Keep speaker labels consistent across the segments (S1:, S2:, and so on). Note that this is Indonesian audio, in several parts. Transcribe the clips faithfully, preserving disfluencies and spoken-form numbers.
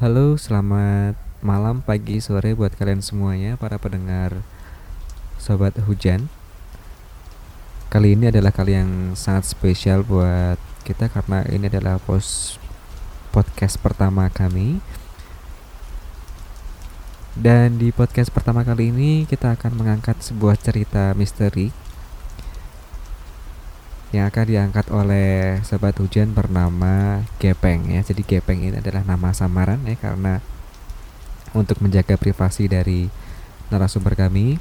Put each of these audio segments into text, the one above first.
S1: Halo, selamat malam, pagi, sore buat kalian semuanya, para pendengar Sobat Hujan. Kali ini adalah kali yang sangat spesial buat kita karena ini adalah pos podcast pertama kami. Dan di podcast pertama kali ini kita akan mengangkat sebuah cerita misteri yang akan diangkat oleh Sobat Hujan bernama Gepeng ya. Jadi Gepeng ini adalah nama samaran ya, karena untuk menjaga privasi dari narasumber kami,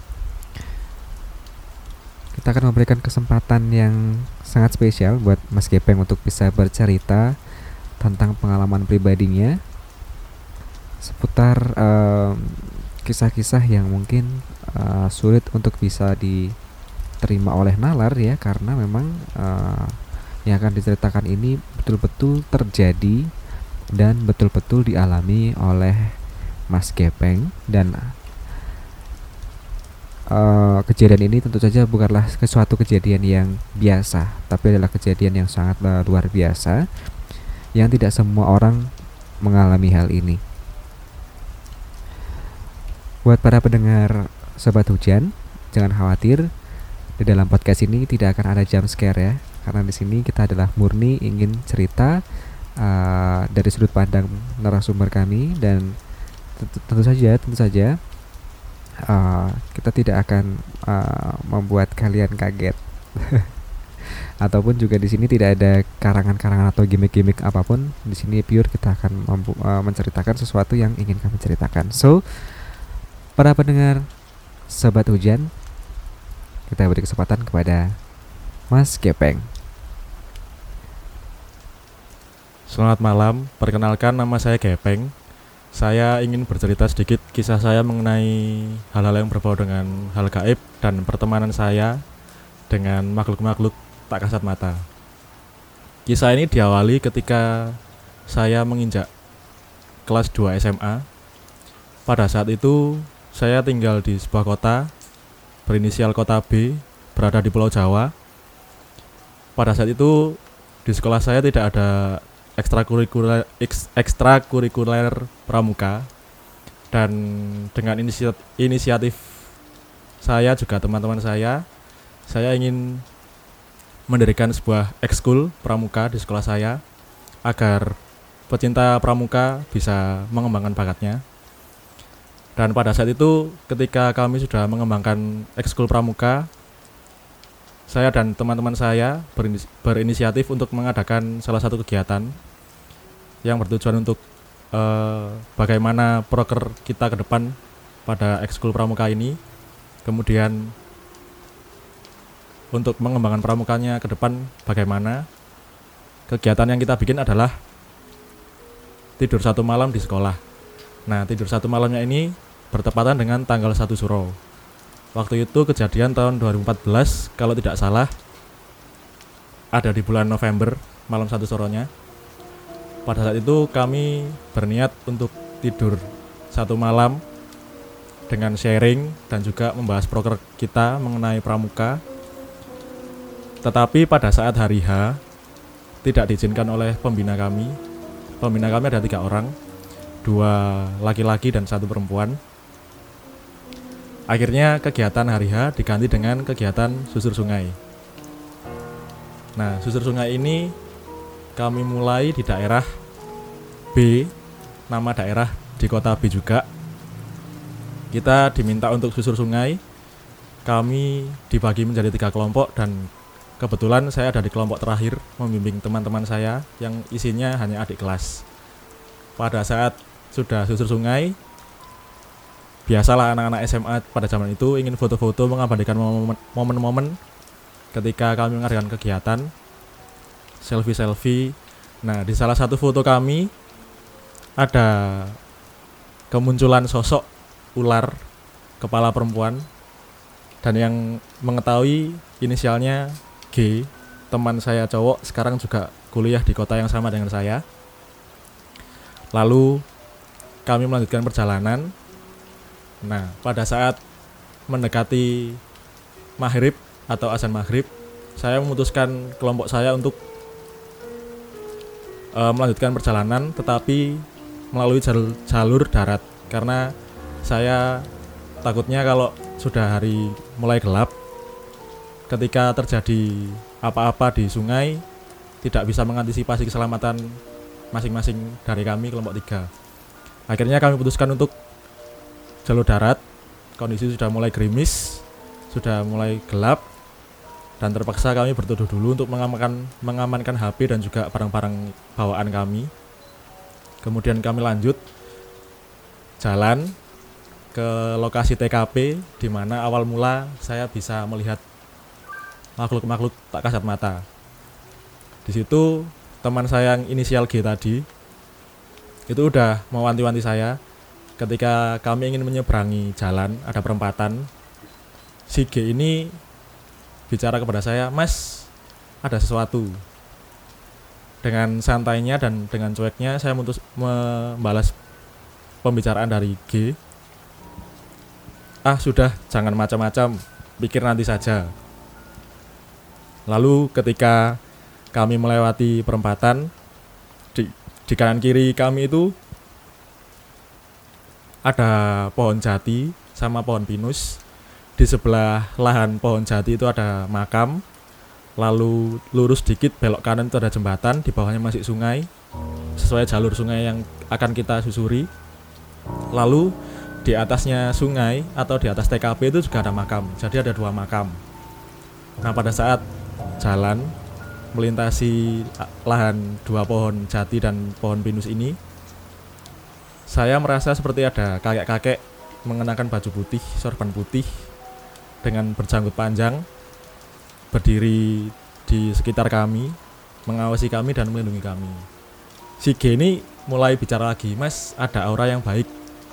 S1: kita akan memberikan kesempatan yang sangat spesial buat Mas Gepeng untuk bisa bercerita tentang pengalaman pribadinya seputar um, kisah-kisah yang mungkin uh, sulit untuk bisa diterima oleh nalar ya, karena memang uh, yang akan diceritakan ini betul-betul terjadi dan betul-betul dialami oleh Mas Gepeng. Dan Uh, kejadian ini tentu saja bukanlah suatu kejadian yang biasa, tapi adalah kejadian yang sangat uh, luar biasa, yang tidak semua orang mengalami hal ini. Buat para pendengar Sobat Hujan, jangan khawatir, di dalam podcast ini tidak akan ada jump scare ya, karena di sini kita adalah murni ingin cerita uh, dari sudut pandang narasumber kami, dan tentu, tentu saja, tentu saja. Uh, kita tidak akan uh, membuat kalian kaget ataupun juga di sini tidak ada karangan-karangan atau gimmick-gimmick apapun. Di sini pure kita akan mampu, uh, menceritakan sesuatu yang ingin kami ceritakan. So, para pendengar Sobat Hujan, kita beri kesempatan kepada Mas Gepeng.
S2: Selamat malam, perkenalkan nama saya Gepeng. Saya ingin bercerita sedikit kisah saya mengenai hal-hal yang berbau dengan hal gaib dan pertemanan saya dengan makhluk-makhluk tak kasat mata. Kisah ini diawali ketika saya menginjak kelas dua S M A. Pada saat itu saya tinggal di sebuah kota berinisial kota B, berada di Pulau Jawa. Pada saat itu di sekolah saya tidak ada ekstrakurikuler ekstrakurikuler pramuka, dan dengan inisiatif, inisiatif saya juga teman-teman saya saya ingin mendirikan sebuah ekskul pramuka di sekolah saya agar pecinta pramuka bisa mengembangkan bakatnya. Dan pada saat itu ketika kami sudah mengembangkan ekskul pramuka, saya dan teman-teman saya berinis- berinisiatif untuk mengadakan salah satu kegiatan yang bertujuan untuk uh, bagaimana proker kita ke depan pada ekskul pramuka ini. Kemudian untuk mengembangkan pramukanya ke depan bagaimana, kegiatan yang kita bikin adalah tidur satu malam di sekolah. Nah, tidur satu malamnya ini bertepatan dengan tanggal satu Suro. Waktu itu kejadian tahun dua ribu empat belas kalau tidak salah, ada di bulan November, malam satu Suronya. Pada saat itu kami berniat untuk tidur satu malam dengan sharing dan juga membahas proker kita mengenai pramuka. Tetapi pada saat hari H tidak diizinkan oleh pembina kami. Pembina kami ada tiga orang, dua laki-laki dan satu perempuan. Akhirnya kegiatan hari H diganti dengan kegiatan susur sungai. Nah, susur sungai ini kami mulai di daerah B, nama daerah di kota B juga. Kita diminta untuk susur sungai. Kami dibagi menjadi tiga kelompok dan kebetulan saya ada di kelompok terakhir membimbing teman-teman saya yang isinya hanya adik kelas. Pada saat sudah susur sungai, biasalah anak-anak S M A pada zaman itu ingin foto-foto mengabadikan momen-momen ketika kami mengadakan kegiatan selfie-selfie. Nah, di salah satu foto kami ada kemunculan sosok ular kepala perempuan, dan yang mengetahui inisialnya G, teman saya cowok, sekarang juga kuliah di kota yang sama dengan saya. Lalu kami melanjutkan perjalanan. Nah, pada saat mendekati maghrib atau azan maghrib, saya memutuskan kelompok saya untuk uh, melanjutkan perjalanan, tetapi melalui jalur, jalur darat karena saya takutnya kalau sudah hari mulai gelap, ketika terjadi apa-apa di sungai tidak bisa mengantisipasi keselamatan masing-masing dari kami kelompok tiga. Akhirnya kami putuskan untuk jalur darat. Kondisi sudah mulai gerimis, sudah mulai gelap, dan terpaksa kami berteduh dulu untuk mengamankan, mengamankan H P dan juga barang-barang bawaan kami. Kemudian kami lanjut jalan ke lokasi T K P di mana awal mula saya bisa melihat makhluk-makhluk tak kasat mata. Di situ teman saya yang inisial G tadi itu udah mewanti-wanti saya ketika kami ingin menyeberangi jalan, ada perempatan. Si G ini bicara kepada saya, "Mas, ada sesuatu." Dengan santainya dan dengan cueknya saya memutus membalas pembicaraan dari G. "Ah, sudah, jangan macam-macam, pikir nanti saja." Lalu ketika kami melewati perempatan, di, di kanan kiri kami itu ada pohon jati sama pohon pinus. Di sebelah lahan pohon jati itu ada makam. Lalu lurus dikit belok kanan itu ada jembatan, di bawahnya masih sungai sesuai jalur sungai yang akan kita susuri. Lalu di atasnya sungai atau di atas T K P itu juga ada makam. Jadi ada dua makam. Nah, pada saat jalan melintasi lahan dua pohon jati dan pohon pinus ini, saya merasa seperti ada kakek-kakek mengenakan baju putih, sorban putih dengan berjanggut panjang, berdiri di sekitar kami, mengawasi kami dan melindungi kami. Si G ini mulai bicara lagi, "Mas, ada aura yang baik."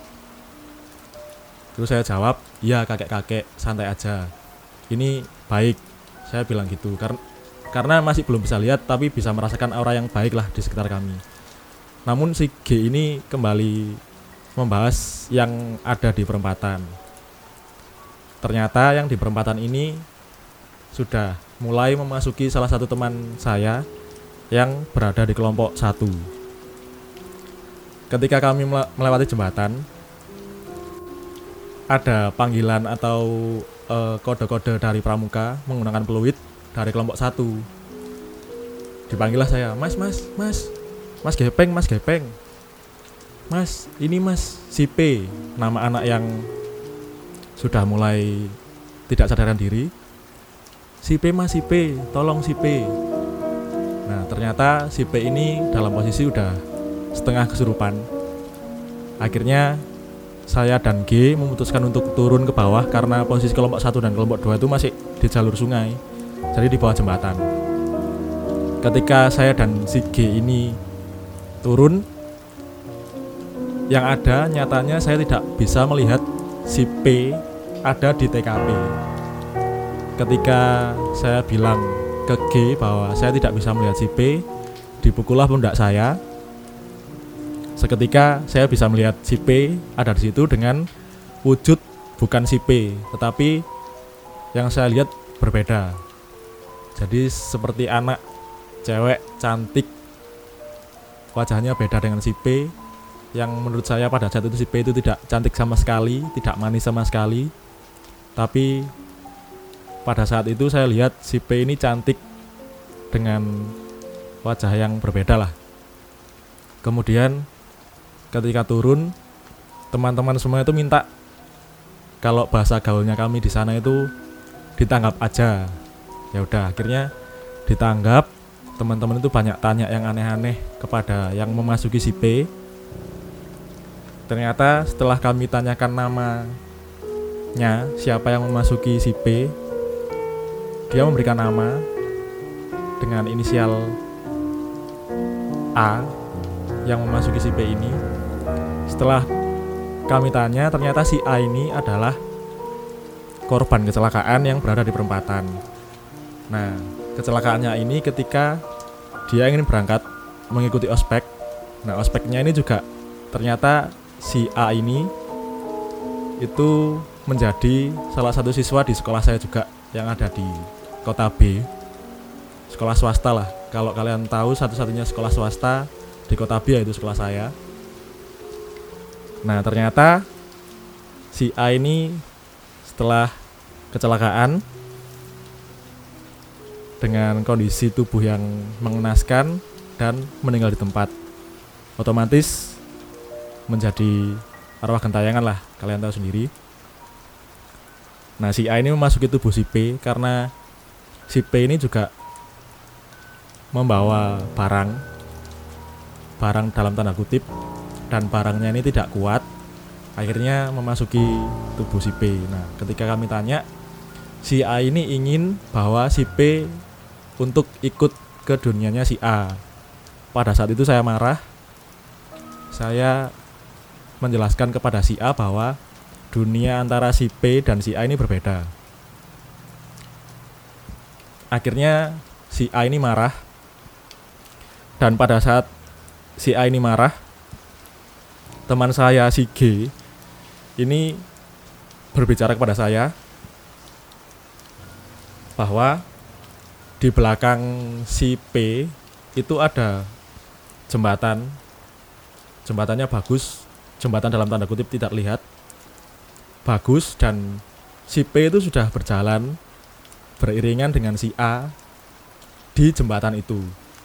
S2: Terus saya jawab, "Iya kakek-kakek, santai aja. Ini baik." Saya bilang gitu, karena karena masih belum bisa lihat tapi bisa merasakan aura yang baik lah di sekitar kami. Namun si G ini kembali membahas yang ada di perempatan. Ternyata yang di perempatan ini sudah mulai memasuki salah satu teman saya yang berada di kelompok satu. Ketika kami melewati jembatan, ada panggilan atau e, kode-kode dari pramuka menggunakan peluit dari kelompok satu. Dipanggillah saya, "Mas, mas, mas, mas Gepeng, mas Gepeng. Mas, ini mas, si P," nama anak yang sudah mulai tidak sadarkan diri. "Si P mas, si P, tolong si P." Nah, ternyata si P ini dalam posisi udah setengah kesurupan. Akhirnya saya dan G memutuskan untuk turun ke bawah karena posisi kelompok satu dan kelompok dua itu masih di jalur sungai, jadi di bawah jembatan. Ketika saya dan si G ini turun, yang ada nyatanya saya tidak bisa melihat si P ada di T K P. Ketika saya bilang ke G bahwa saya tidak bisa melihat si P, dipukullah pundak saya. Seketika saya bisa melihat si P ada di situ dengan wujud bukan si P, tetapi yang saya lihat berbeda. Jadi seperti anak cewek cantik, wajahnya beda dengan si P, yang menurut saya pada saat itu si P itu tidak cantik sama sekali, tidak manis sama sekali. Tapi pada saat itu saya lihat si P ini cantik dengan wajah yang berbeda lah. Kemudian ketika turun, teman-teman semua itu minta kalau bahasa gaulnya kami di sana itu ditanggap aja. Ya udah, akhirnya ditanggap. Teman-teman itu banyak tanya yang aneh-aneh kepada yang memasuki si P. Ternyata setelah kami tanyakan namanya, siapa yang memasuki si P, dia memberikan nama dengan inisial A yang memasuki si P ini. Setelah kami tanya, ternyata si A ini adalah korban kecelakaan yang berada di perempatan. Nah, kecelakaannya ini ketika dia ingin berangkat mengikuti ospek. Nah, ospeknya ini juga ternyata si A ini itu menjadi salah satu siswa di sekolah saya juga yang ada di kota B, sekolah swasta lah. Kalau kalian tahu satu-satunya sekolah swasta di kota B yaitu sekolah saya. Nah, ternyata si A ini setelah kecelakaan dengan kondisi tubuh yang mengenaskan dan meninggal di tempat, otomatis menjadi arwah gentayangan lah, kalian tahu sendiri. Nah, si A ini memasuki tubuh si P karena si P ini juga membawa barang barang dalam tanda kutip, dan barangnya ini tidak kuat, akhirnya memasuki tubuh si P. Nah, ketika kami tanya, si A ini ingin bahwa si P untuk ikut ke dunianya si A. Pada saat itu saya marah. Saya menjelaskan kepada si A bahwa dunia antara si P dan si A ini berbeda. Akhirnya si A ini marah. Dan pada saat si A ini marah, teman saya si G ini berbicara kepada saya bahwa di belakang si P itu ada jembatan. Jembatannya bagus, jembatan dalam tanda kutip tidak lihat, bagus, dan si P itu sudah berjalan beriringan dengan si A di jembatan itu.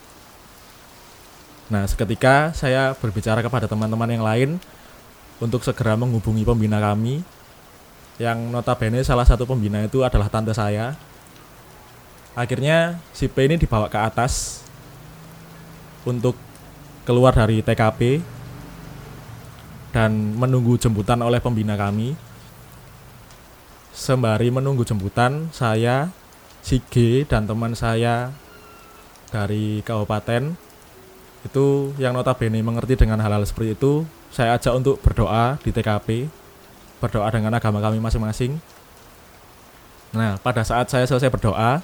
S2: Nah, seketika saya berbicara kepada teman-teman yang lain untuk segera menghubungi pembina kami, yang notabene salah satu pembina itu adalah tante saya. Akhirnya si P ini dibawa ke atas untuk keluar dari T K P dan menunggu jemputan oleh pembina kami. Sembari menunggu jemputan, saya, si G, dan teman saya dari kabupaten itu yang notabene mengerti dengan hal-hal seperti itu, saya ajak untuk berdoa di T K P, berdoa dengan agama kami masing-masing. Nah, pada saat saya selesai berdoa,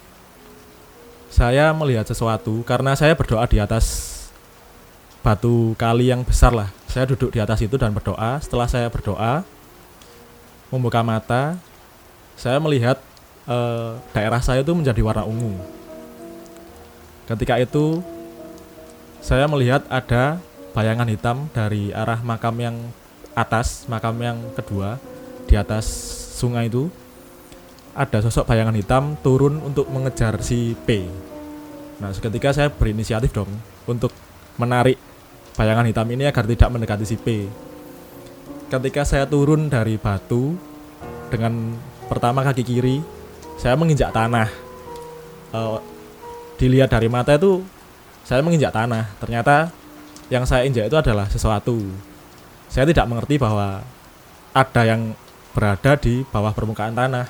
S2: saya melihat sesuatu karena saya berdoa di atas batu kali yang besar lah. Saya duduk di atas itu dan berdoa. Setelah saya berdoa, membuka mata, saya melihat eh, daerah saya itu menjadi warna ungu. Ketika itu saya melihat ada bayangan hitam dari arah makam yang atas, makam yang kedua di atas sungai itu. Ada sosok bayangan hitam turun untuk mengejar si P. Nah, seketika saya berinisiatif dong untuk menarik bayangan hitam ini agar tidak mendekati si P. Ketika saya turun dari batu, dengan pertama kaki kiri saya menginjak tanah. E, dilihat dari mata itu saya menginjak tanah. Ternyata yang saya injak itu adalah sesuatu. Saya tidak mengerti bahwa ada yang berada di bawah permukaan tanah.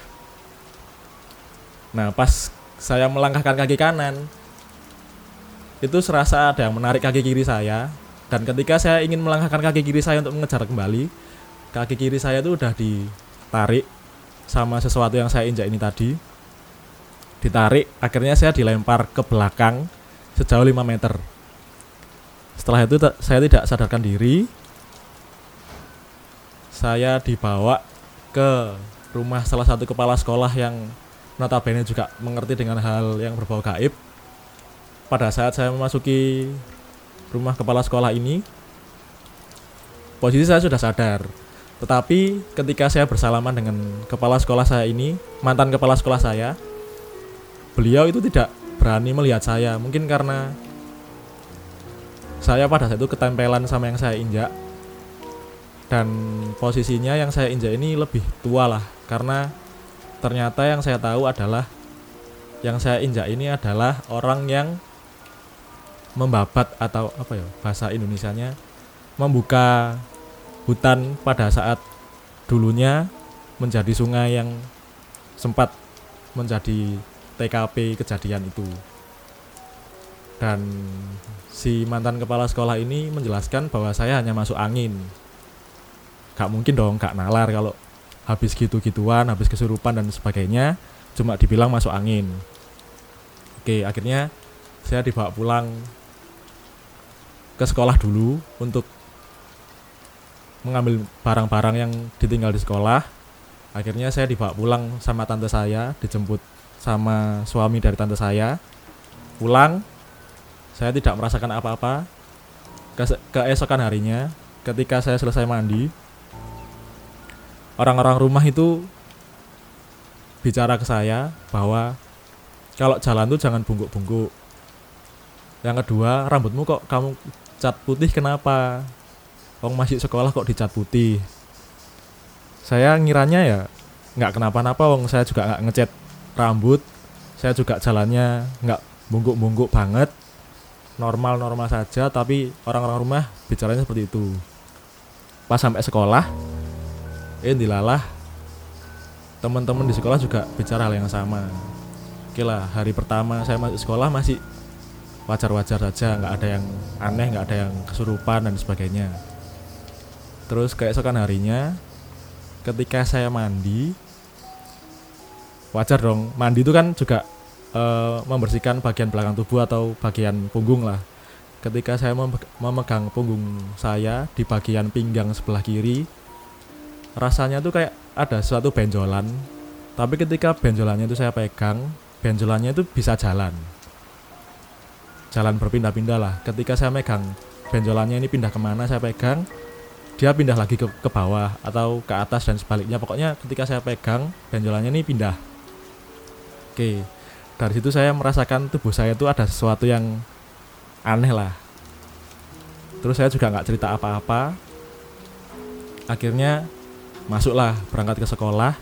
S2: Nah, pas saya melangkahkan kaki kanan, itu serasa ada yang menarik kaki kiri saya. Dan ketika saya ingin melangkahkan kaki kiri saya untuk mengejar kembali, kaki kiri saya itu udah ditarik sama sesuatu yang saya injak ini tadi. Ditarik, akhirnya saya dilempar ke belakang sejauh lima meter. Setelah itu t- saya tidak sadarkan diri. Saya dibawa ke rumah salah satu kepala sekolah yang notabene juga mengerti dengan hal yang berbau gaib. Pada saat saya memasuki rumah kepala sekolah ini, posisi saya sudah sadar. Tetapi ketika saya bersalaman dengan kepala sekolah saya ini, mantan kepala sekolah saya, beliau itu tidak berani melihat saya. Mungkin karena saya pada saat itu ketempelan sama yang saya injak. Dan posisinya yang saya injak ini lebih tua lah. Karena ternyata yang saya tahu adalah yang saya injak ini adalah orang yang membabat atau apa ya bahasa Indonesianya, membuka hutan pada saat dulunya menjadi sungai yang sempat menjadi T K P kejadian itu. Dan si mantan kepala sekolah ini menjelaskan bahwa saya hanya masuk angin. Gak mungkin dong gak nalar kalau habis gitu-gituan, habis kesurupan dan sebagainya, cuma dibilang masuk angin. Oke, akhirnya saya dibawa pulang ke sekolah dulu untuk mengambil barang-barang yang ditinggal di sekolah. Akhirnya saya dibawa pulang sama tante saya, dijemput sama suami dari tante saya. Pulang, saya tidak merasakan apa-apa. Ke- keesokan harinya, ketika saya selesai mandi, orang-orang rumah itu bicara ke saya bahwa kalau jalan tuh jangan bungkuk-bungkuk. Yang kedua, rambutmu kok kamu cat putih kenapa? Wong masih sekolah kok dicat putih. Saya ngiranya ya nggak kenapa-napa, wong saya juga nggak ngecat rambut, saya juga jalannya nggak bungkuk-bungkuk banget, normal-normal saja. Tapi orang-orang rumah bicaranya seperti itu. Pas sampai sekolah, eh dilalah teman-teman di sekolah juga bicara hal yang sama. Oke lah, hari pertama saya masuk sekolah masih wajar-wajar saja, nggak ada yang aneh, nggak ada yang kesurupan dan sebagainya. Terus keesokan harinya, ketika saya mandi, wajar dong, mandi itu kan juga e, membersihkan bagian belakang tubuh atau bagian punggung lah. Ketika saya mem- memegang punggung saya di bagian pinggang sebelah kiri, rasanya tuh kayak ada suatu benjolan. Tapi ketika benjolannya itu saya pegang, benjolannya itu bisa jalan Jalan berpindah-pindah lah. Ketika saya megang benjolannya ini pindah kemana saya pegang, dia pindah lagi ke, ke bawah atau ke atas dan sebaliknya. Pokoknya ketika saya pegang, benjolannya ini pindah. Oke, dari situ saya merasakan tubuh saya itu ada sesuatu yang aneh lah. Terus saya juga gak cerita apa-apa. Akhirnya masuklah, berangkat ke sekolah.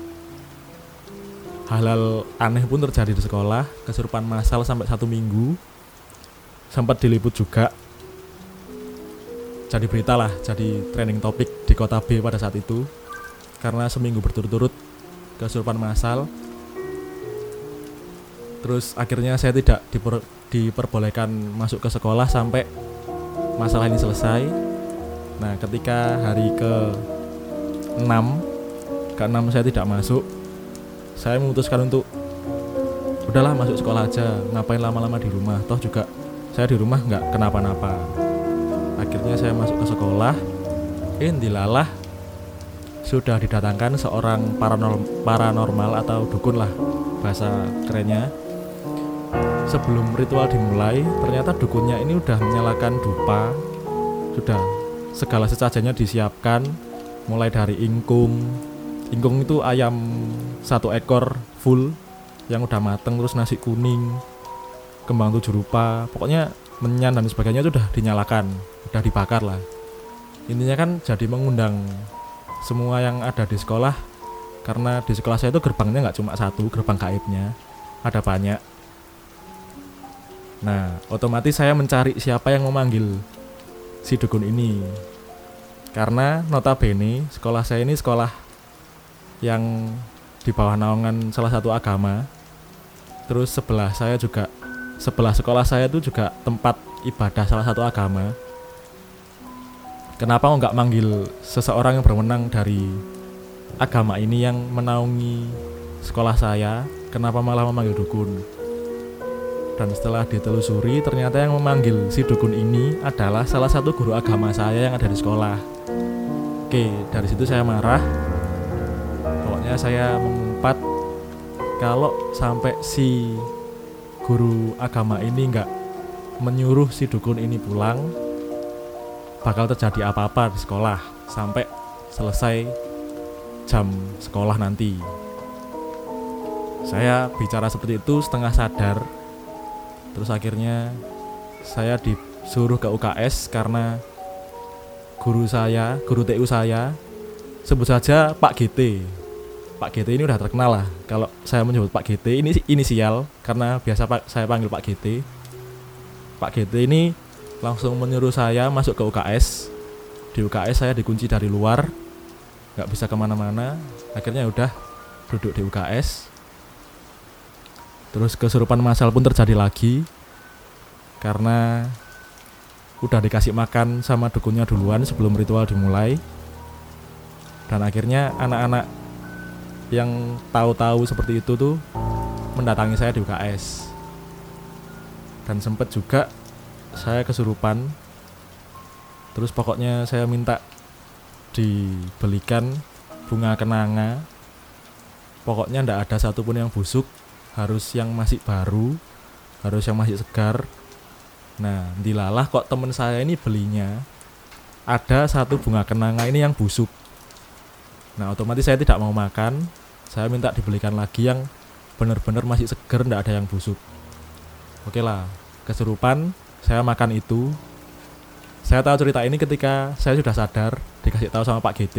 S2: Hal-hal aneh pun terjadi di sekolah. Kesurupan massal sampai satu minggu. Sempat diliput juga. Jadi berita lah, jadi trending topik di kota B pada saat itu. Karena seminggu berturut-turut kesurupan massal. Terus akhirnya saya tidak diper- diperbolehkan masuk ke sekolah sampai masalah ini selesai. Nah, ketika hari ke enam, ke enam saya tidak masuk. Saya memutuskan untuk udahlah masuk sekolah aja, ngapain lama-lama di rumah, toh juga saya di rumah nggak kenapa-napa. Akhirnya saya masuk ke sekolah. Eh, dilalah sudah didatangkan seorang paranormal, paranormal atau dukun lah bahasa kerennya. Sebelum ritual dimulai, ternyata dukunnya ini udah menyalakan dupa, sudah segala sesajennya disiapkan, mulai dari ingkung. Ingkung itu ayam satu ekor full yang udah mateng, terus nasi kuning, kembang tujuh rupa, pokoknya menyan dan sebagainya itu udah dinyalakan, udah dibakar lah. Intinya kan jadi mengundang semua yang ada di sekolah, karena di sekolah saya itu gerbangnya nggak cuma satu, gerbang gaibnya ada banyak. Nah, otomatis saya mencari siapa yang memanggil si dukun ini, karena notabene sekolah saya ini sekolah yang di bawah naungan salah satu agama. Terus sebelah saya juga, sebelah sekolah saya itu juga tempat ibadah salah satu agama. Kenapa kok nggak manggil seseorang yang berwenang dari agama ini yang menaungi sekolah saya? Kenapa malah memanggil dukun? Dan setelah ditelusuri, ternyata yang memanggil si dukun ini adalah salah satu guru agama saya yang ada di sekolah. Oke, dari situ saya marah. Pokoknya saya mengumpat kalau sampai si guru agama ini nggak menyuruh si dukun ini pulang, bakal terjadi apa-apa di sekolah sampai selesai jam sekolah nanti. Saya bicara seperti itu setengah sadar. Terus akhirnya saya disuruh ke U K S karena guru saya, guru T U saya, sebut saja Pak G T. Pak G T ini udah terkenal lah. Kalau saya menyebut Pak G T ini inisial, karena biasa Pak, saya panggil Pak G T. Pak G T ini langsung menyuruh saya masuk ke U K S. Di U K S saya dikunci dari luar, nggak bisa kemana-mana. Akhirnya udah duduk di U K S. Terus kesurupan massal pun terjadi lagi, karena udah dikasih makan sama dukunnya duluan sebelum ritual dimulai. Dan akhirnya anak-anak yang tahu-tahu seperti itu tuh mendatangi saya di U K S. Dan sempet juga saya kesurupan. Terus pokoknya saya minta dibelikan bunga kenanga. Pokoknya ndak ada satupun yang busuk, harus yang masih baru, harus yang masih segar. Nah, dilalah kok temen saya ini belinya ada satu bunga kenanga ini yang busuk. Nah otomatis saya tidak mau makan, saya minta dibelikan lagi yang benar-benar masih seger, tidak ada yang busuk. Oke lah, kesurupan, saya makan itu. Saya tahu cerita ini ketika saya sudah sadar, dikasih tahu sama Pak G T.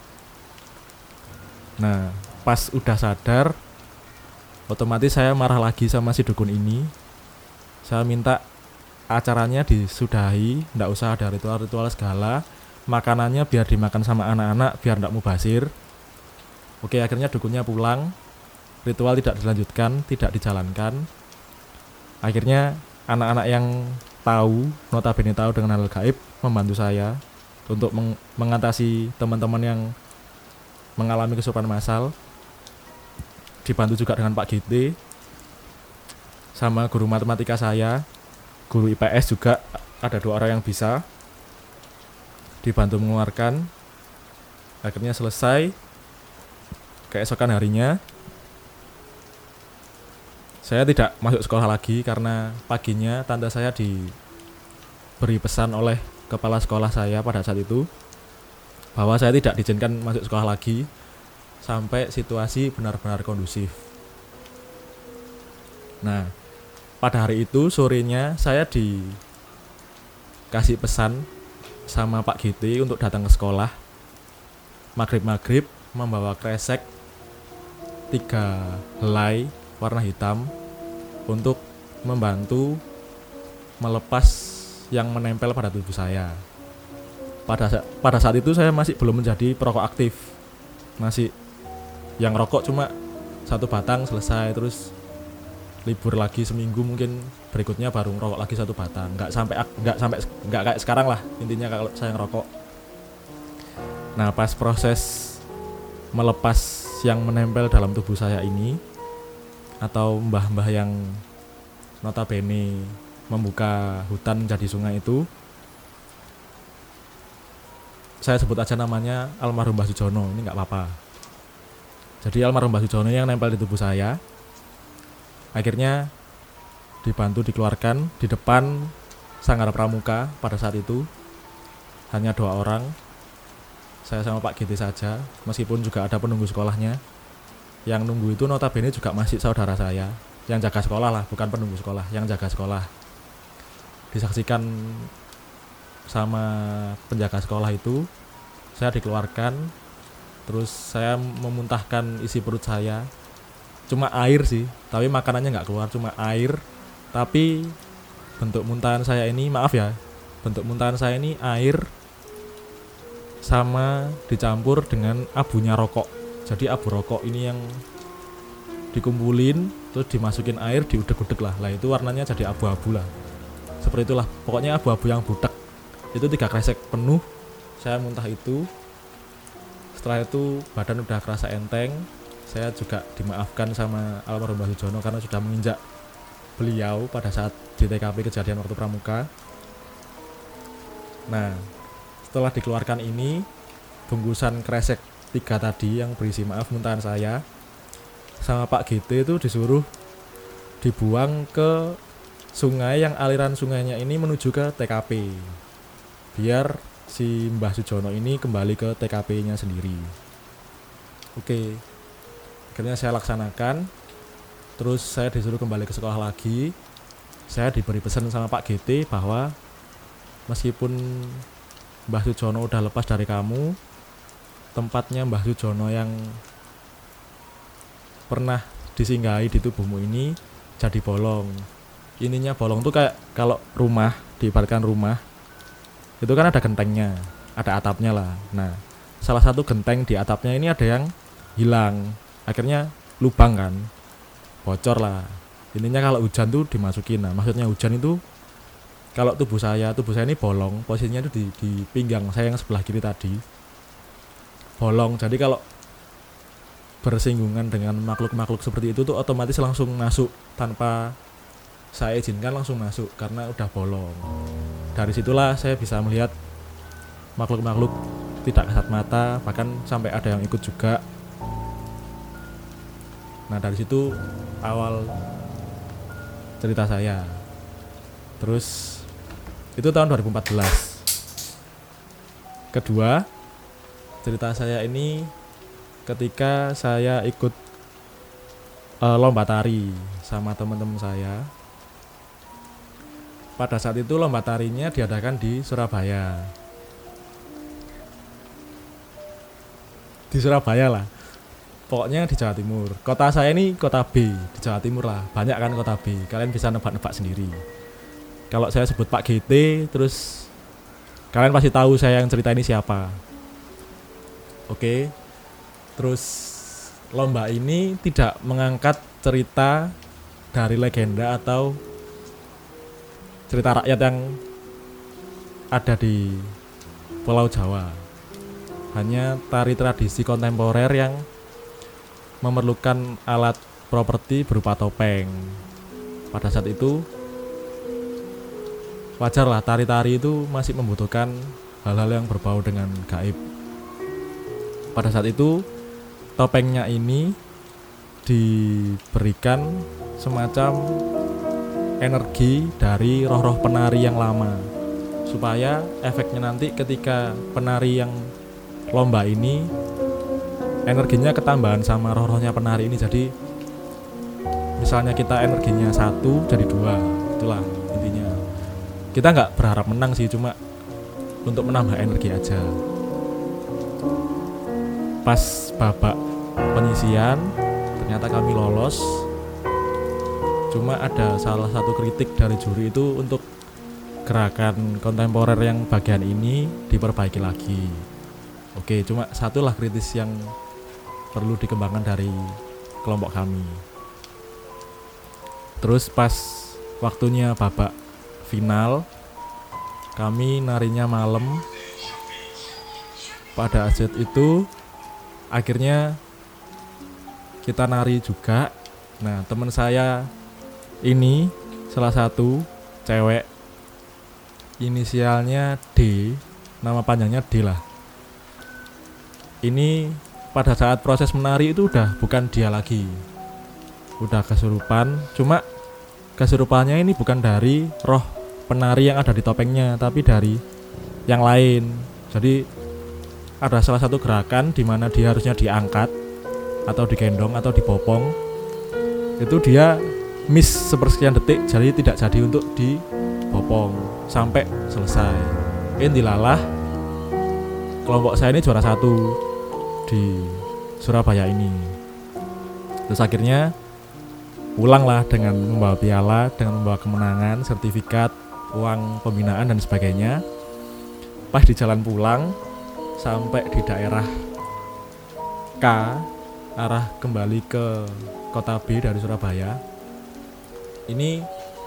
S2: Nah pas udah sadar, otomatis saya marah lagi sama si dukun ini. Saya minta acaranya disudahi, tidak usah ada ritual-ritual segala. Makanannya biar dimakan sama anak-anak, biar tidak mubazir. Oke, akhirnya dukunnya pulang. Ritual tidak dilanjutkan, tidak dijalankan. Akhirnya anak-anak yang tahu, notabene tahu dengan hal gaib, membantu saya untuk meng- mengatasi teman-teman yang mengalami kesurupan massal. Dibantu juga dengan Pak G T, sama guru matematika saya, guru I P S juga ada dua orang yang bisa. Dibantu mengeluarkan. Akhirnya selesai. Keesokan harinya saya tidak masuk sekolah lagi karena paginya tante saya diberi pesan oleh kepala sekolah saya pada saat itu bahwa saya tidak diizinkan masuk sekolah lagi sampai situasi benar-benar kondusif. Nah, pada hari itu sorenya saya dikasih pesan sama Pak G T untuk datang ke sekolah maghrib-maghrib membawa kresek tiga helai warna hitam untuk membantu melepas yang menempel pada tubuh saya. Pada sa- pada saat itu saya masih belum menjadi perokok aktif, masih yang rokok cuma satu batang selesai, terus libur lagi seminggu, mungkin berikutnya baru ngerokok lagi satu batang. Nggak sampai nggak sampai nggak kayak sekarang lah intinya kalau saya ngerokok. Nah pas proses melepas yang menempel dalam tubuh saya ini, atau mbah-mbah yang notabene membuka hutan menjadi sungai itu, saya sebut aja namanya almarhum Mbah Sujono, ini nggak apa-apa. Jadi almarhum Mbah Sujono yang nempel di tubuh saya akhirnya dibantu dikeluarkan di depan Sanggar Pramuka. Pada saat itu hanya dua orang, saya sama Pak G T saja, meskipun juga ada penunggu sekolahnya. Yang nunggu itu notabene juga masih saudara saya, yang jaga sekolah lah, bukan penunggu sekolah, yang jaga sekolah. Disaksikan sama penjaga sekolah itu, saya dikeluarkan, terus saya memuntahkan isi perut saya. Cuma air sih, tapi makanannya nggak keluar, cuma air. Tapi bentuk muntahan saya ini, maaf ya, bentuk muntahan saya ini air sama dicampur dengan abunya rokok. Jadi abu rokok ini yang dikumpulin, terus dimasukin air, diudek-udek lah. Lah itu warnanya jadi abu-abu lah. Seperti itulah, pokoknya abu-abu yang butek. Itu tiga kresek penuh, saya muntah itu. Setelah itu badan udah kerasa enteng. Saya juga dimaafkan sama almarhum Mbah Sujono karena sudah menginjak beliau pada saat di T K P kejadian waktu Pramuka. Nah, setelah dikeluarkan ini, bungkusan kresek tiga tadi yang berisi maaf muntahan saya sama Pak G T itu disuruh dibuang ke sungai yang aliran sungainya ini menuju ke T K P, biar si Mbah Sujono ini kembali ke T K P-nya sendiri. Oke, akhirnya saya laksanakan. Terus saya disuruh kembali ke sekolah lagi. Saya diberi pesan sama Pak G T bahwa meskipun Mbah Sujono udah lepas dari kamu, tempatnya Mbah Sujono yang pernah disinggahi di tubuhmu ini jadi bolong. Ininya bolong tuh kayak kalau rumah, diibaratkan rumah, itu kan ada gentengnya, ada atapnya lah. Nah, salah satu genteng di atapnya ini ada yang hilang. Akhirnya lubang kan, bocor lah. Intinya kalau hujan tuh dimasukin. Nah maksudnya hujan itu kalau tubuh saya, tubuh saya ini bolong, posisinya itu di, di pinggang saya yang sebelah kiri tadi bolong. Jadi kalau bersinggungan dengan makhluk-makhluk seperti itu tuh otomatis langsung masuk tanpa saya izinkan, langsung masuk karena udah bolong. Dari situlah saya bisa melihat makhluk-makhluk tidak kasat mata, bahkan sampai ada yang ikut juga. Nah dari situ awal cerita saya. Terus itu tahun dua ribu empat belas. kedua, cerita saya ini ketika saya ikut uh, lomba tari sama teman-teman saya. Pada saat itu lomba tarinya diadakan di Surabaya. Di Surabaya lah. Pokoknya di Jawa Timur. Kota saya ini kota B di Jawa Timur lah. Banyak kan kota B. Kalian bisa nebak-nebak sendiri. Kalau saya sebut Pak G T, terus kalian pasti tahu saya yang cerita ini siapa. Oke. Terus lomba ini tidak mengangkat cerita dari legenda atau cerita rakyat yang ada di Pulau Jawa. Hanya tari tradisi kontemporer yang memerlukan alat properti berupa topeng. Pada saat itu wajarlah tari-tari itu masih membutuhkan hal-hal yang berbau dengan gaib. Pada saat itu topengnya ini diberikan semacam energi dari roh-roh penari yang lama, supaya efeknya nanti ketika penari yang lomba ini energinya ketambahan sama roh-rohnya penari ini. Jadi misalnya kita energinya satu jadi dua, itulah intinya. Kita nggak berharap menang sih, cuma untuk menambah energi aja. Pas babak penyisian ternyata kami lolos, cuma ada salah satu kritik dari juri itu untuk gerakan kontemporer yang bagian ini diperbaiki lagi. Oke, cuma satulah kritis yang perlu dikembangkan dari kelompok kami. Terus pas waktunya babak final, kami narinya malam. Pada saat itu akhirnya kita nari juga. Nah, teman saya ini salah satu cewek, inisialnya D, nama panjangnya D lah. Ini pada saat proses menari itu udah bukan dia lagi, udah kesurupan. Cuma kesurupannya ini bukan dari roh penari yang ada di topengnya, tapi dari yang lain. Jadi ada salah satu gerakan di mana dia harusnya diangkat atau digendong atau dibopong, itu dia miss sepersekian detik, jadi tidak jadi untuk dibopong sampai selesai. Ini dilalah kelompok saya ini juara satu di Surabaya ini. Terus akhirnya pulanglah dengan membawa piala, dengan membawa kemenangan, sertifikat, uang pembinaan dan sebagainya. Pas di jalan pulang sampai di daerah K, arah kembali ke kota B dari Surabaya, ini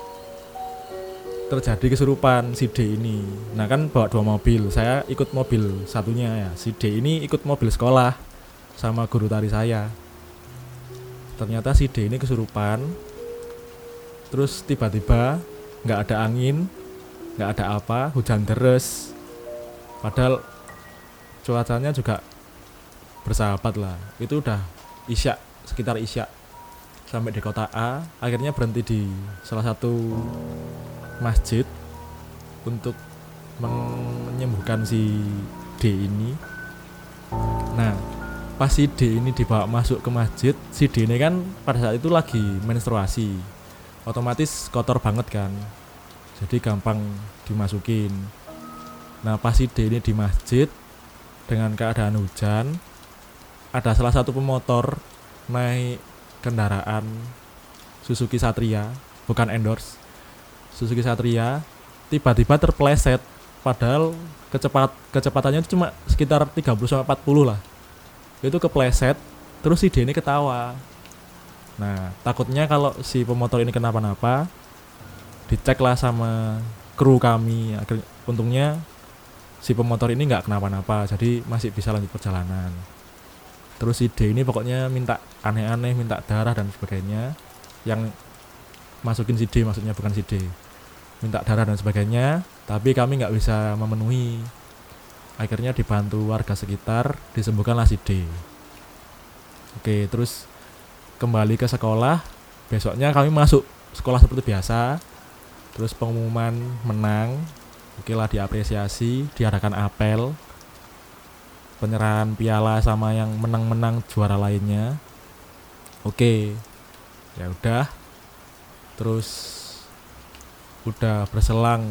S2: terjadi kesurupan si D ini. Nah kan bawa dua mobil, saya ikut mobil satunya ya. Si D ini ikut mobil sekolah sama guru tari saya. Ternyata si D ini kesurupan. Terus tiba-tiba nggak ada angin, nggak ada apa, hujan deras. Padahal cuacanya juga bersahabat lah. Itu udah isya, sekitar isya. Sampai di kota A, akhirnya berhenti di salah satu masjid untuk menyembuhkan si D ini. Nah, pas si D ini dibawa masuk ke masjid, si D ini kan pada saat itu lagi menstruasi, otomatis kotor banget kan, jadi gampang dimasukin. Nah, pas si D ini di masjid dengan keadaan hujan, ada salah satu pemotor naik kendaraan Suzuki Satria, bukan endorse, Suzuki Satria, tiba-tiba terpleset, padahal kecepat kecepatannya cuma sekitar tiga puluh sampai empat puluh lah. Itu kepleset, terus si D ini ketawa. Nah, takutnya kalau si pemotor ini kenapa-napa, diceklah sama kru kami. Akhirnya, untungnya si pemotor ini nggak kenapa-napa, jadi masih bisa lanjut perjalanan. Terus si D ini pokoknya minta aneh-aneh, minta darah dan sebagainya. Yang masukin si D maksudnya, bukan si D. Minta darah dan sebagainya, tapi kami nggak bisa memenuhi. Akhirnya dibantu warga sekitar, disembuhkanlah si D. Oke, terus kembali ke sekolah. Besoknya kami masuk sekolah seperti biasa. Terus pengumuman menang, oke lah, diapresiasi, diadakan apel. penyerahan piala sama yang menang-menang juara lainnya. Oke, ya udah. Terus udah berselang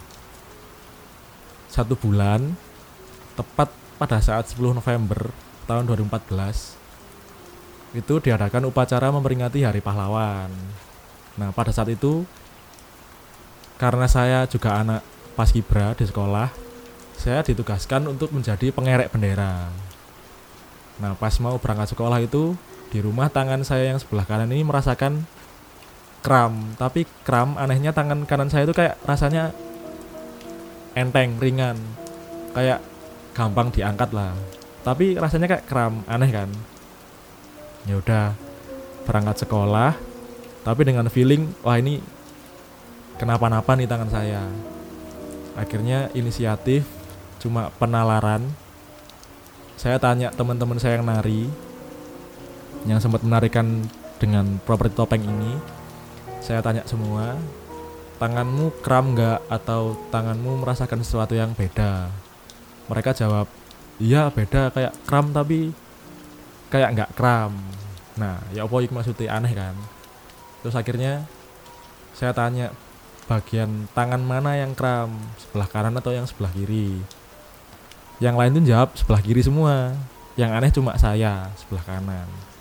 S2: satu bulan, tepat pada saat sepuluh November tahun dua ribu empat belas itu diadakan upacara memperingati Hari Pahlawan. Nah, pada saat itu karena saya juga anak paskibra di sekolah, saya ditugaskan untuk menjadi pengerek bendera. Nah, pas mau berangkat sekolah itu, di rumah tangan saya yang sebelah kanan ini merasakan kram. Tapi kram, anehnya tangan kanan saya itu kayak rasanya enteng, ringan, kayak gampang diangkat lah. Tapi rasanya kayak kram, aneh kan. Ya udah, berangkat sekolah, tapi dengan feeling, wah ini kenapa-napa nih tangan saya. Akhirnya inisiatif, cuma penalaran. Saya tanya teman-teman saya yang nari, yang sempat menarikan dengan properti topeng ini. Saya tanya semua, tanganmu kram gak? Atau tanganmu merasakan sesuatu yang beda? Mereka jawab, iya beda, kayak kram tapi kayak gak kram. Nah, ya apa itu maksudnya, aneh kan. Terus akhirnya saya tanya, bagian tangan mana yang kram, sebelah kanan atau yang sebelah kiri? Yang lain tuh jawab sebelah kiri semua. Yang aneh cuma saya, sebelah kanan.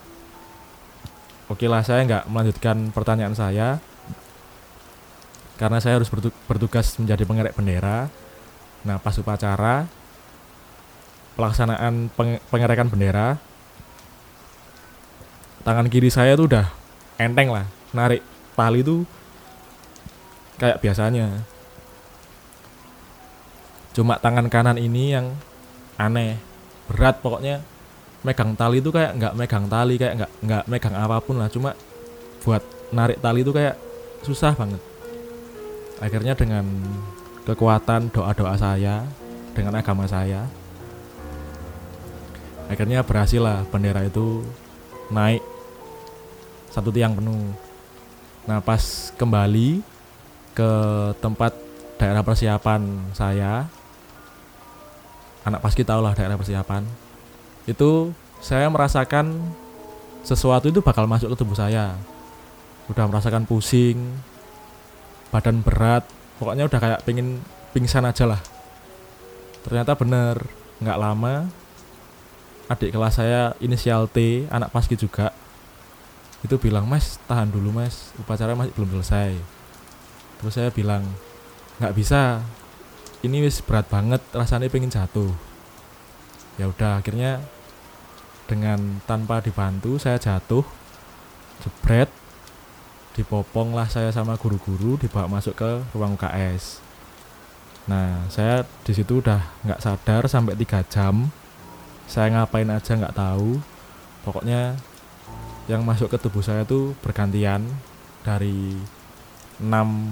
S2: Oke lah, saya nggak melanjutkan pertanyaan saya karena saya harus bertugas menjadi pengerek bendera. Nah, pas upacara pelaksanaan peng- pengerekan bendera, tangan kiri saya tuh udah enteng lah, narik tali tuh kayak biasanya. Cuma tangan kanan ini yang aneh, berat pokoknya. Megang tali itu kayak nggak megang tali, kayak nggak nggak megang apapun lah. Cuma buat narik tali itu kayak susah banget. Akhirnya dengan kekuatan doa-doa saya, dengan agama saya, akhirnya berhasil lah bendera itu naik satu tiang penuh. Nah, pas kembali ke tempat daerah persiapan saya, anak paski tahu lah daerah persiapan, itu saya merasakan sesuatu itu bakal masuk ke tubuh saya. Udah merasakan pusing, badan berat, pokoknya udah kayak pengen pingsan aja lah. Ternyata bener, gak lama adik kelas saya inisial T, anak paski juga, itu bilang, mas tahan dulu mas, upacara masih belum selesai. Terus saya bilang, gak bisa, ini wis berat banget, rasanya pengen jatuh. Ya udah, akhirnya dengan tanpa dibantu saya jatuh, jebret, dipopong lah saya sama guru-guru, dibawa masuk ke ruang U K S. Nah, saya di situ udah nggak sadar sampai tiga jam. Saya ngapain aja nggak tahu. Pokoknya yang masuk ke tubuh saya tuh bergantian, dari enam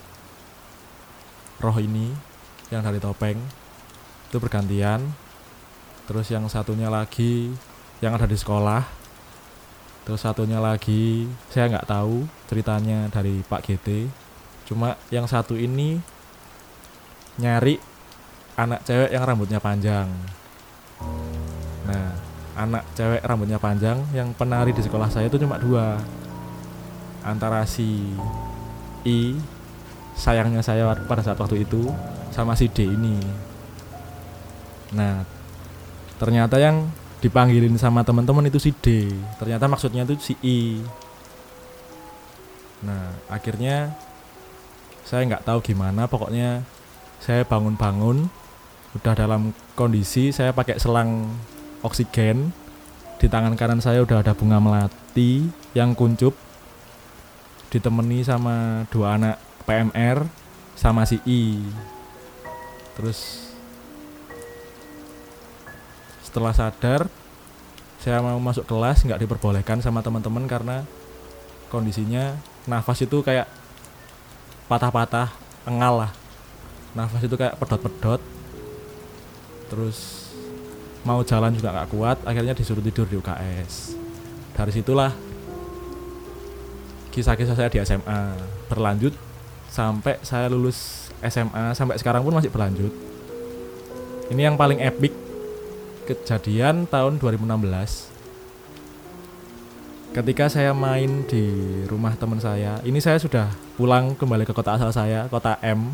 S2: roh ini yang dari topeng itu bergantian. Terus yang satunya lagi yang ada di sekolah. Terus satunya lagi saya nggak tahu ceritanya, dari Pak G T. Cuma yang satu ini nyari anak cewek yang rambutnya panjang. Nah, anak cewek rambutnya panjang yang penari di sekolah saya itu cuma dua, antara si I, sayangnya saya pada saat waktu itu, sama si D ini. Nah, ternyata yang dipanggilin sama teman-teman itu si D, ternyata maksudnya itu si I. Nah, akhirnya saya nggak tahu gimana, pokoknya saya bangun-bangun udah dalam kondisi saya pakai selang oksigen. Di tangan kanan saya udah ada bunga melati yang kuncup, ditemani sama dua anak P M R sama si I. Terus setelah sadar, saya mau masuk kelas, nggak diperbolehkan sama teman-teman karena kondisinya nafas itu kayak patah-patah, engal lah. Nafas itu kayak pedot-pedot. Terus mau jalan juga nggak kuat, akhirnya disuruh tidur di U K S. Dari situlah kisah-kisah saya di S M A berlanjut sampai saya lulus S M A, sampai sekarang pun masih berlanjut. Ini yang paling epic kejadian tahun dua ribu enam belas. Ketika saya main di rumah teman saya, ini saya sudah pulang kembali ke kota asal saya, kota M.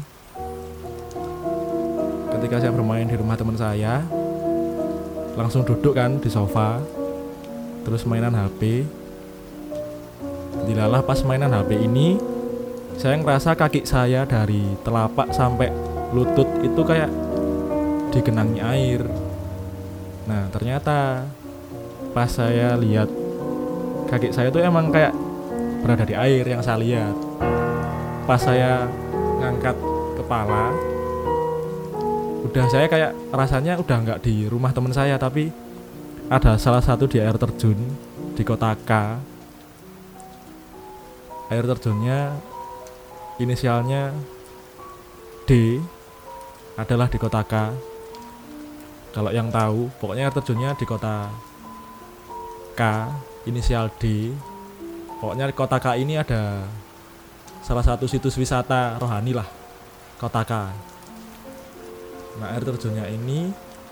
S2: Ketika saya bermain di rumah teman saya, langsung duduk kan di sofa, terus mainan H P. Dilalah pas mainan H P ini, saya ngerasa kaki saya dari telapak sampai lutut itu kayak digenangi air. Nah ternyata pas saya lihat kaki saya tuh emang kayak berada di air yang saya lihat. Pas saya ngangkat kepala, udah saya kayak rasanya udah nggak di rumah teman saya, tapi ada salah satu di air terjun di kota K. Air terjunnya inisialnya D, adalah di kota K. Kalau yang tahu, pokoknya air terjunnya di kota K, inisial D. Pokoknya di kota K ini ada salah satu situs wisata rohani lah, kota K. Nah air terjunnya ini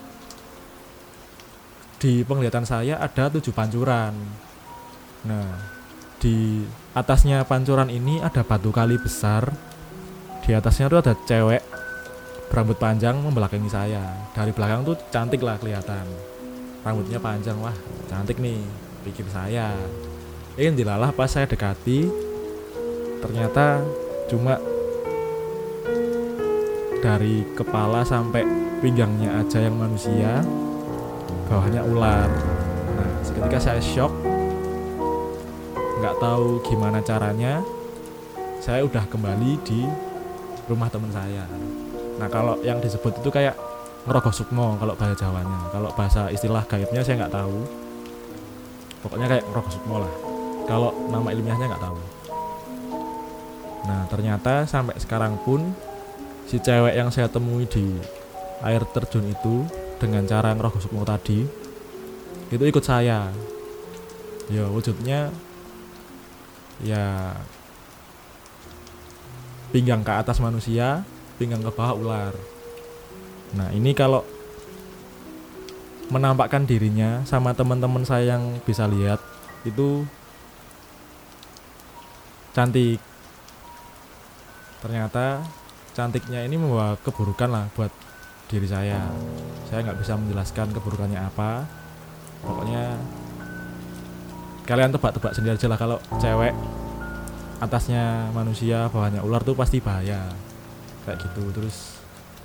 S2: di penglihatan saya ada tujuh pancuran. Nah di atasnya pancuran ini ada batu kali besar. Di atasnya tuh ada cewek berambut panjang membelakangi saya. Dari belakang tuh cantik lah kelihatan, rambutnya panjang, wah cantik nih pikir saya. Ini dilalah pas saya dekati, ternyata cuma dari kepala sampai pinggangnya aja yang manusia, bawahnya ular. Nah seketika saya shock, nggak tahu gimana caranya, saya udah kembali di rumah teman saya. Nah kalau yang disebut itu kayak ngerogoh sukmo kalau bahasa Jawanya. Kalau bahasa istilah gaibnya saya nggak tahu. Pokoknya kayak ngerogoh sukmo lah. Kalau nama ilmiahnya nggak tahu. Nah ternyata sampai sekarang pun si cewek yang saya temui di air terjun itu dengan cara ngerogoh sukmo tadi itu ikut saya. Ya wujudnya ya pinggang ke atas manusia, pinggang ke bawah ular. Nah ini kalau menampakkan dirinya sama teman-teman saya yang bisa lihat itu cantik. Ternyata cantiknya ini membawa keburukan lah buat diri saya. Saya nggak bisa menjelaskan keburukannya apa. Pokoknya kalian tebak-tebak sendiri aja lah. Kalau cewek atasnya manusia bawahnya ular tuh pasti bahaya kayak gitu. Terus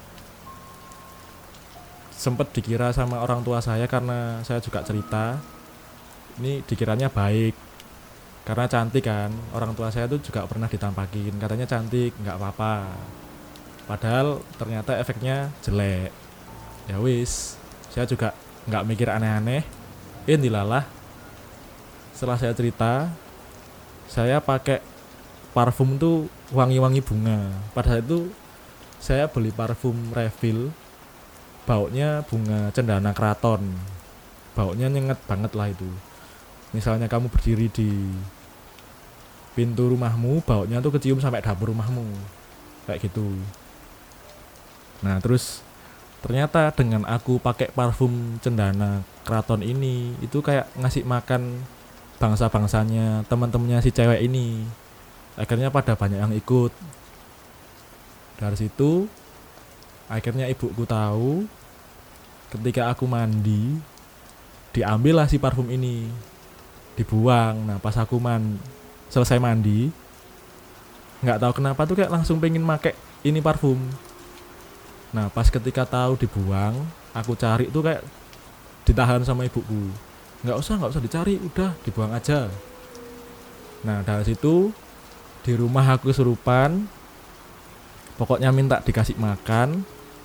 S2: sempet dikira sama orang tua saya, karena saya juga cerita, ini dikiranya baik karena cantik kan. Orang tua saya tuh juga pernah ditampakin, katanya cantik, nggak apa-apa. Padahal ternyata efeknya jelek. Ya wis, saya juga nggak mikir aneh-aneh. Ini dilalah setelah saya cerita, saya pakai parfum tuh wangi-wangi bunga. Pada saat itu saya beli parfum refill, baunya bunga cendana keraton. Baunya nyengat banget lah itu. Misalnya kamu berdiri di pintu rumahmu, baunya tuh kecium sampai dapur rumahmu, kayak gitu. Nah terus ternyata dengan aku pakai parfum cendana keraton ini, itu kayak ngasih makan bangsa-bangsanya teman-temannya si cewek ini. Akhirnya pada banyak yang ikut. Dari situ akhirnya ibuku tahu. Ketika aku mandi, diambillah si parfum ini, dibuang. Nah pas aku man selesai mandi, nggak tahu kenapa tuh kayak langsung pengen make ini parfum. Nah pas ketika tahu dibuang, aku cari tuh kayak ditahan sama ibuku. Nggak usah, nggak usah dicari, udah dibuang aja. Nah dari situ di rumah aku kesurupan, pokoknya minta dikasih makan.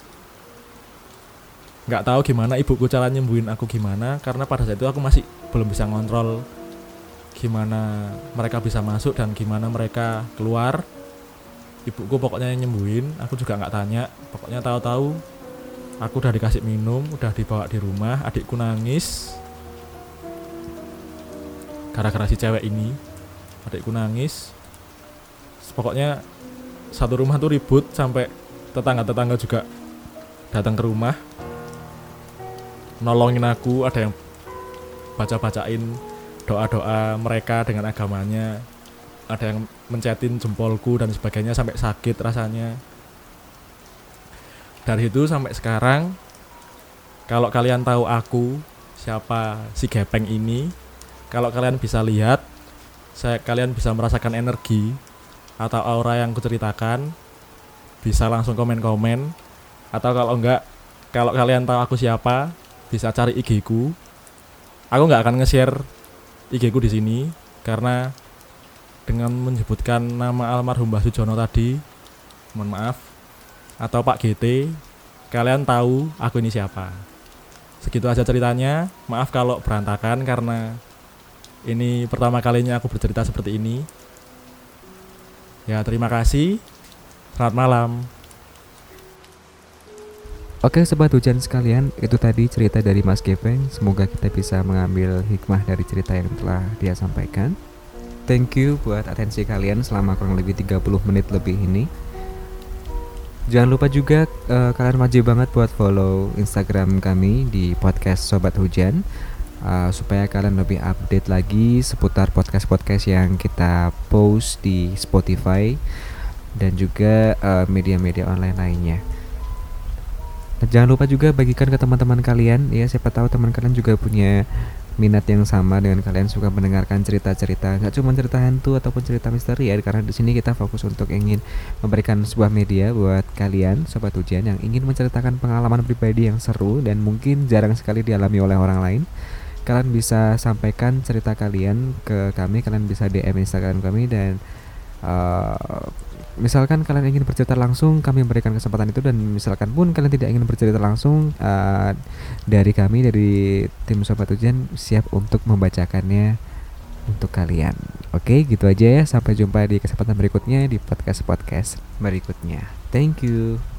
S2: Nggak tahu gimana ibuku cara nyembuhin aku gimana, karena pada saat itu aku masih belum bisa ngontrol gimana mereka bisa masuk dan gimana mereka keluar. Ibuku pokoknya nyembuhin, aku juga nggak tanya. Pokoknya tahu-tahu aku udah dikasih minum, udah dibawa di rumah. Adikku nangis gara-gara si cewek ini. Adikku nangis. Pokoknya satu rumah tuh ribut, sampai tetangga-tetangga juga datang ke rumah. nolongin aku, ada yang baca-bacain doa-doa mereka dengan agamanya, ada yang mencetin jempolku dan sebagainya sampai sakit rasanya. Dari itu sampai sekarang, kalau kalian tahu aku siapa si Gepeng ini, kalau kalian bisa lihat, saya kalian bisa merasakan energi atau aura yang kuceritakan, bisa langsung komen-komen, atau kalau enggak, kalau kalian tahu aku siapa, bisa cari I G ku. Aku nggak akan nge-share I G ku di sini karena dengan menyebutkan nama almarhum Mbah Sujono tadi, mohon maaf, atau Pak G T, kalian tahu aku ini siapa. Segitu aja ceritanya. Maaf kalau berantakan karena ini pertama kalinya aku bercerita seperti ini. Ya, terima kasih. Selamat malam.
S1: Oke Sobat Hujan sekalian, itu tadi cerita dari Mas Gepeng. Semoga kita bisa mengambil hikmah dari cerita yang telah dia sampaikan. Thank you buat atensi kalian selama kurang lebih tiga puluh menit lebih ini. Jangan lupa juga uh, kalian wajib banget buat follow Instagram kami di podcast Sobat Hujan, uh, supaya kalian lebih update lagi seputar podcast-podcast yang kita post di Spotify dan juga uh, media-media online lainnya. Dan jangan lupa juga bagikan ke teman-teman kalian ya, siapa tahu teman kalian juga punya minat yang sama dengan kalian, suka mendengarkan cerita-cerita, nggak cuma cerita hantu ataupun cerita misteri ya, karena di sini kita fokus untuk ingin memberikan sebuah media buat kalian Sobat Hujan yang ingin menceritakan pengalaman pribadi yang seru dan mungkin jarang sekali dialami oleh orang lain. Kalian bisa sampaikan cerita kalian ke kami, kalian bisa D M Instagram kami, dan uh, misalkan kalian ingin bercerita langsung, kami memberikan kesempatan itu. Dan misalkan pun kalian tidak ingin bercerita langsung, uh, dari kami, dari tim Sobat Hujan siap untuk membacakannya untuk kalian. Oke, gitu aja ya. Sampai jumpa di kesempatan berikutnya di podcast-podcast berikutnya. Thank you.